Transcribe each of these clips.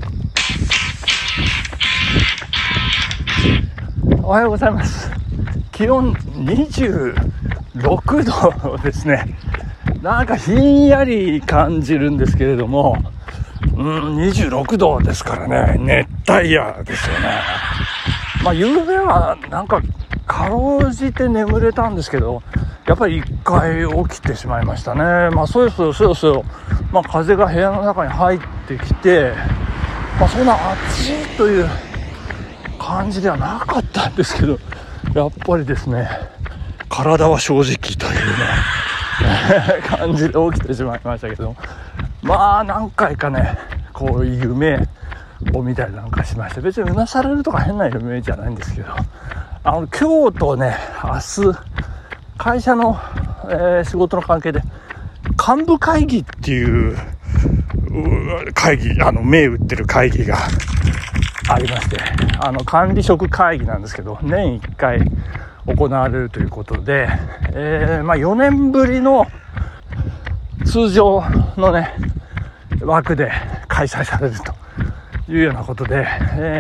おはようございます。気温26度ですね。なんかひんやり感じるんですけれども、26度ですからね、熱帯夜ですよね。夕べはなんかかろうじて眠れたんですけど、やっぱり一回起きてしまいましたね。そろそろ、風が部屋の中に入ってきて、そんな暑いという感じではなかったんですけど、やっぱりですね、体は正直というね感じで起きてしまいましたけど、何回かね、こういう夢を見たりなんかしまして、別にうなされるとか変な夢じゃないんですけど、今日とね、明日会社の、仕事の関係で幹部会議っていう会議、銘打ってる会議がありまして、管理職会議なんですけど、年1回行われるということで、4年ぶりの通常のね枠で開催されるというようなことで、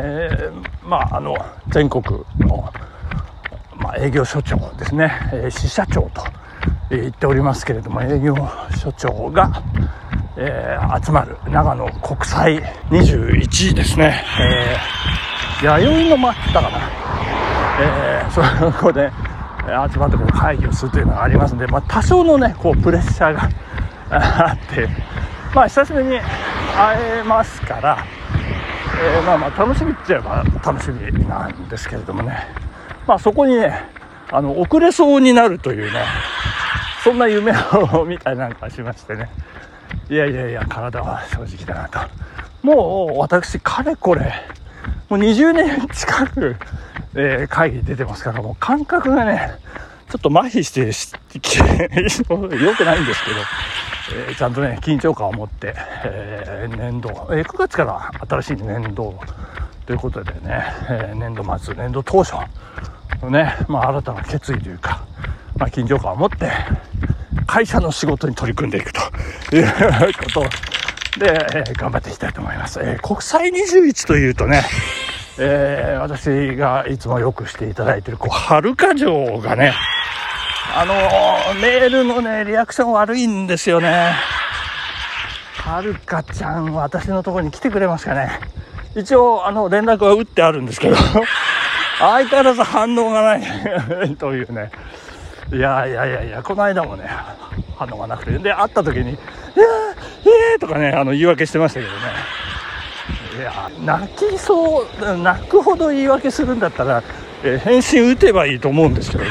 全国の、営業所長ですね、支社長と言っておりますけれども、営業所長が、集まる長野国際21ですね、弥生の間だかな、そこで集まって会議をするというのがありますので、多少のねプレッシャーがあって、久しぶりに会えますから、楽しみっちゃえば楽しみなんですけれどもね、そこにね遅れそうになるというね、そんな夢を見たりなんかしましてね、いや体は正直だなと。もう私かれこれもう20年近く、会議出てますから、もう感覚がねちょっと麻痺してよくないんですけど、ちゃんとね緊張感を持って、年度、9月から新しい年度ということでね、年度末年度当初のね、新たな決意というか、緊張感を持って会社の仕事に取り組んでいくということで、頑張っていきたいと思います。国際21というとね、私がいつもよくしていただいているはるか城がね、メールのねリアクション悪いんですよね。はるかちゃん私のところに来てくれますかね。一応連絡は打ってあるんですけど相変わらず反応がないというね。いやこの間もね反応がなくて、で会った時にとかね言い訳してましたけどね。いや泣くほど言い訳するんだったら、返信打てばいいと思うんですけどね。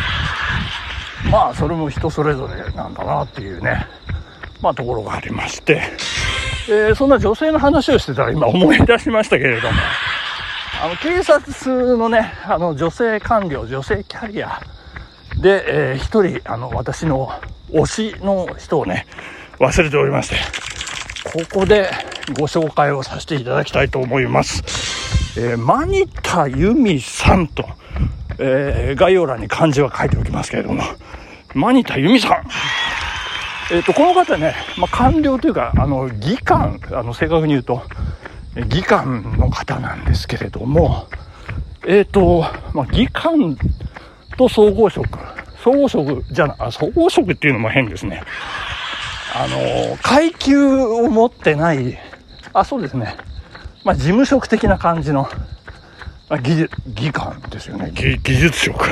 それも人それぞれなんだなっていうね、ところがありまして、そんな女性の話をしてたら今思い出しましたけれども、警察のね女性官僚、女性キャリアで、一人私の推しの人をね忘れておりまして、ここでご紹介をさせていただきたいと思います。マニタユミさんと、概要欄に漢字は書いておきますけれども、マニタユミさん、この方ね、官僚というか技官、正確に言うと技官の方なんですけれども、技官と総合職っていうのも変ですね。階級を持ってない、そうですね、事務職的な感じの、技官ですよね。技術職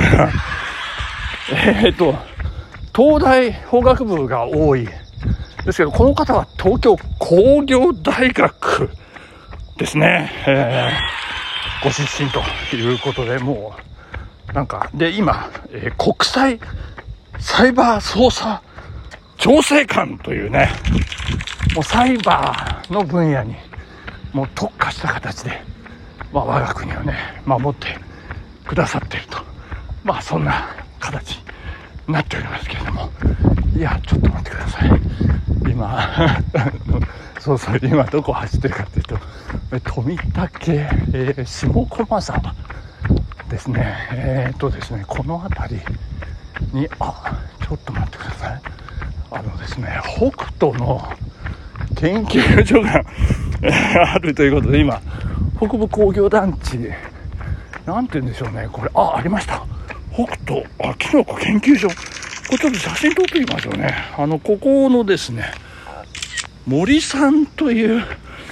東大法学部が多いですけど、この方は東京工業大学ですね、ご出身ということで、もうなんかで今、国際サイバー捜査調整官というね、もうサイバーの分野にもう特化した形で、我が国をね守ってくださっていると、そんな形になっておりますけれども、いやちょっと待ってください。今今どこ走ってるかというと富竹、下駒沢ですね。ですね、この辺りにちょっと待ってください。ですね、北斗の研究所があるということで、今北部工業団地なんて言うんでしょうね、これありました、北斗キノコ研究所。これちょっと写真撮ってみましょうね。ここのですね、森さんという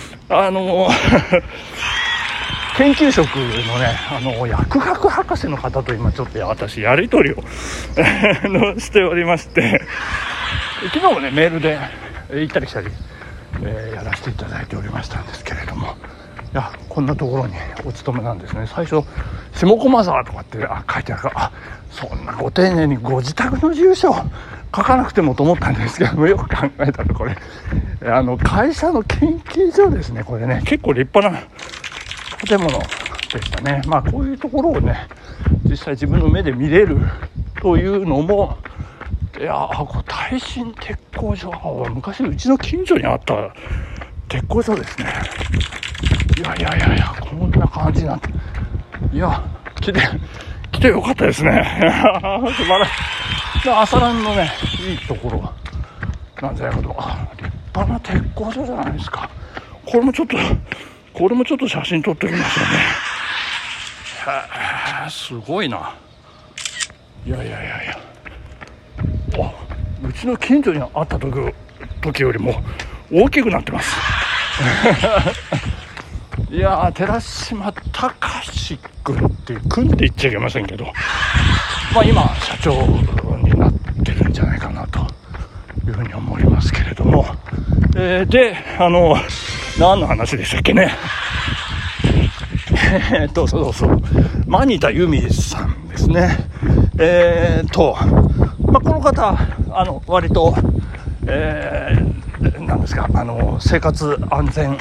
研究職のね、薬学博士の方と今ちょっと私やり取りをしておりまして、昨日もねメールで行ったり来たり、やらせていただいておりましたんですけれども、いやこんなところにお勤めなんですね。最初下駒沢とかって書いてあるから、そんなご丁寧にご自宅の住所書かなくてもと思ったんですけども、よく考えたらこれ会社の研究所ですね。これね結構立派な建物でしたね。まあこういうところをね実際自分の目で見れるというのも、いや耐震鉄工所、昔うちの近所にあった鉄工所ですね。いやこんな感じなんて、いや来てよかったですね。素晴らしい。朝ランのねいいところなんじゃないかと。立派な鉄工所じゃないですか。これもちょっと写真撮っておきますよね。すごいな。いやうちの近所にあった時よりも大きくなってますいや寺島隆君って言っちゃいけませんけど、まあ今社長になってるんじゃないかなというふうに思いますけれども、で何の話でしたっけね。そうマニタユミさんですね。この方割と、なんですか生活安全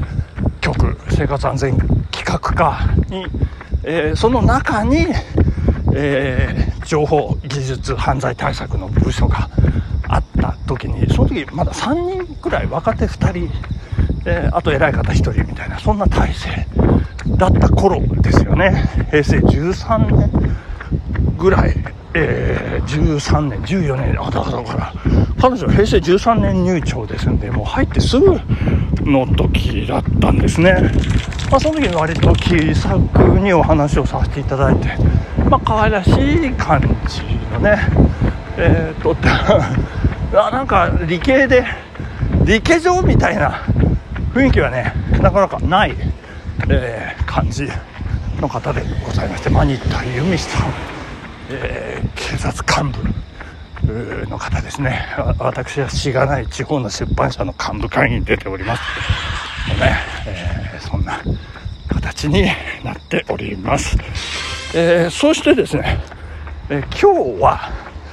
企画課に、その中に、情報技術犯罪対策の部署があった時に、その時まだ3人くらい若手2人、あと偉い方1人みたいな、そんな体制だった頃ですよね。平成13年ぐらい、13年14年だから彼女は平成13年入庁ですんで、もう入ってすぐの時だったんですね。その時に割と気さくにお話をさせていただいて、可愛らしい感じのね、なんか理系上みたいな雰囲気はねなかなかない、感じの方でございまして、マニタユミさん、警察幹部の方ですね。私はしがない地方の出版社の幹部会議に出ておりますので、そんな形になっております。そしてですね、今日は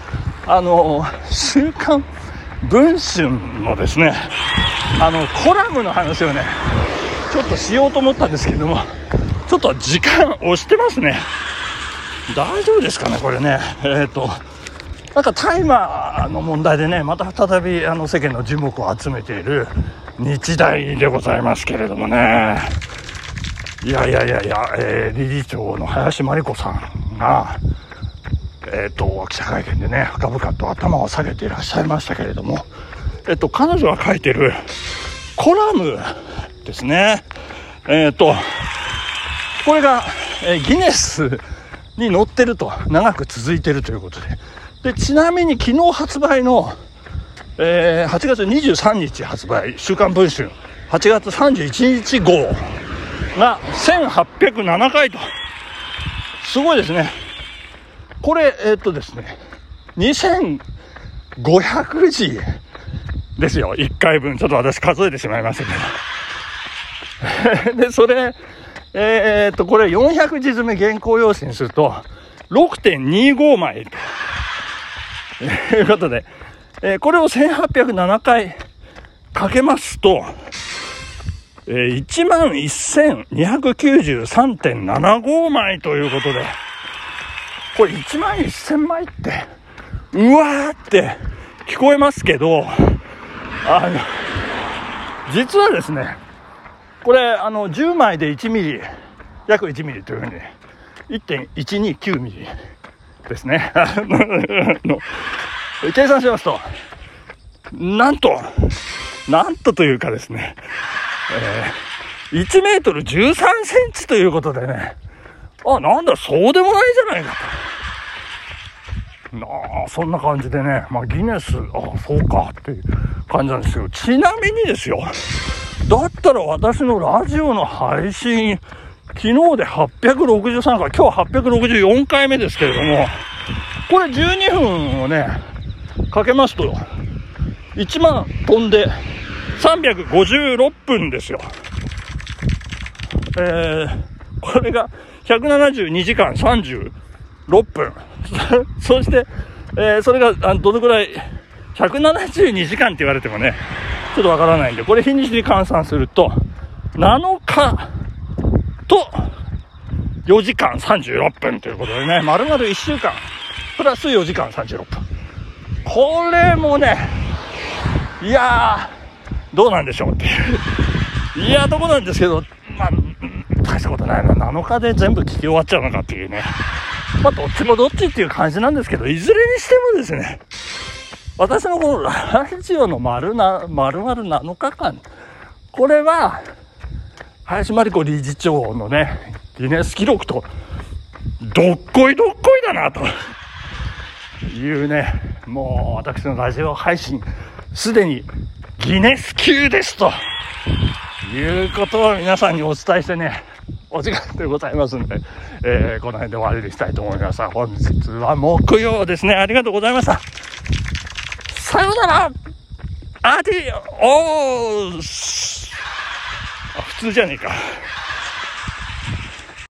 週刊文春のですねコラムの話をねちょっとしようと思ったんですけども、ちょっと時間押してますね。大丈夫ですかねこれね。なんか大麻の問題でねまた再び世間の注目を集めている日大でございますけれどもね、いや、理事長の林真理子さんが記者会見でね深々と頭を下げていらっしゃいましたけれども、彼女が書いているコラムですね。これが、ギネスに載ってると、長く続いてるということで、ちなみに昨日発売の、8月23日発売週刊文春8月31日号が1807回と、すごいですね。これですね2500字ですよ、1回分。ちょっと私数えてしまいましたけどでそれこれ400字詰め原稿用紙にすると 6.25 枚ということで、これを1807回かけますと、11,293.75 枚ということで、これ11,000枚ってうわーって聞こえますけど、実はですねこれ10枚で1ミリ約1ミリというふうに 1.129 ミリですね計算しますとなんとというかですね、 1メートル13センチということでね、なんだ、そうでもないじゃないかと。そんな感じでね、ギネス、そうかっていう感じなんですよ。ちなみにですよ、だったら私のラジオの配信、昨日で863回、今日864回目ですけれども、これ12分をね、かけますと、1万飛んで356分ですよ。これが172時間36分。そして、それがどのくらい、172時間って言われてもね、ちょっとわからないんで、これ日にちに換算すると、7日と4時間36分ということでね、丸々1週間、プラス4時間36分。これもね、いやー、どうなんでしょうっていう。いや、どこなんですけど、大したことないな。7日で全部聞き終わっちゃうのかっていうね。どっちもどっちっていう感じなんですけど、いずれにしてもですね、私のこのラジオの丸々7日間、これは、林真理子理事長のね、ギネス記録と、どっこいだな、というね、もう私のラジオ配信、すでにギネス級ですということを皆さんにお伝えしてね、お時間でございますんで、この辺で終わりにしたいと思います。本日は木曜ですね。ありがとうございました。さようなら。アディオース。普通じゃねえか。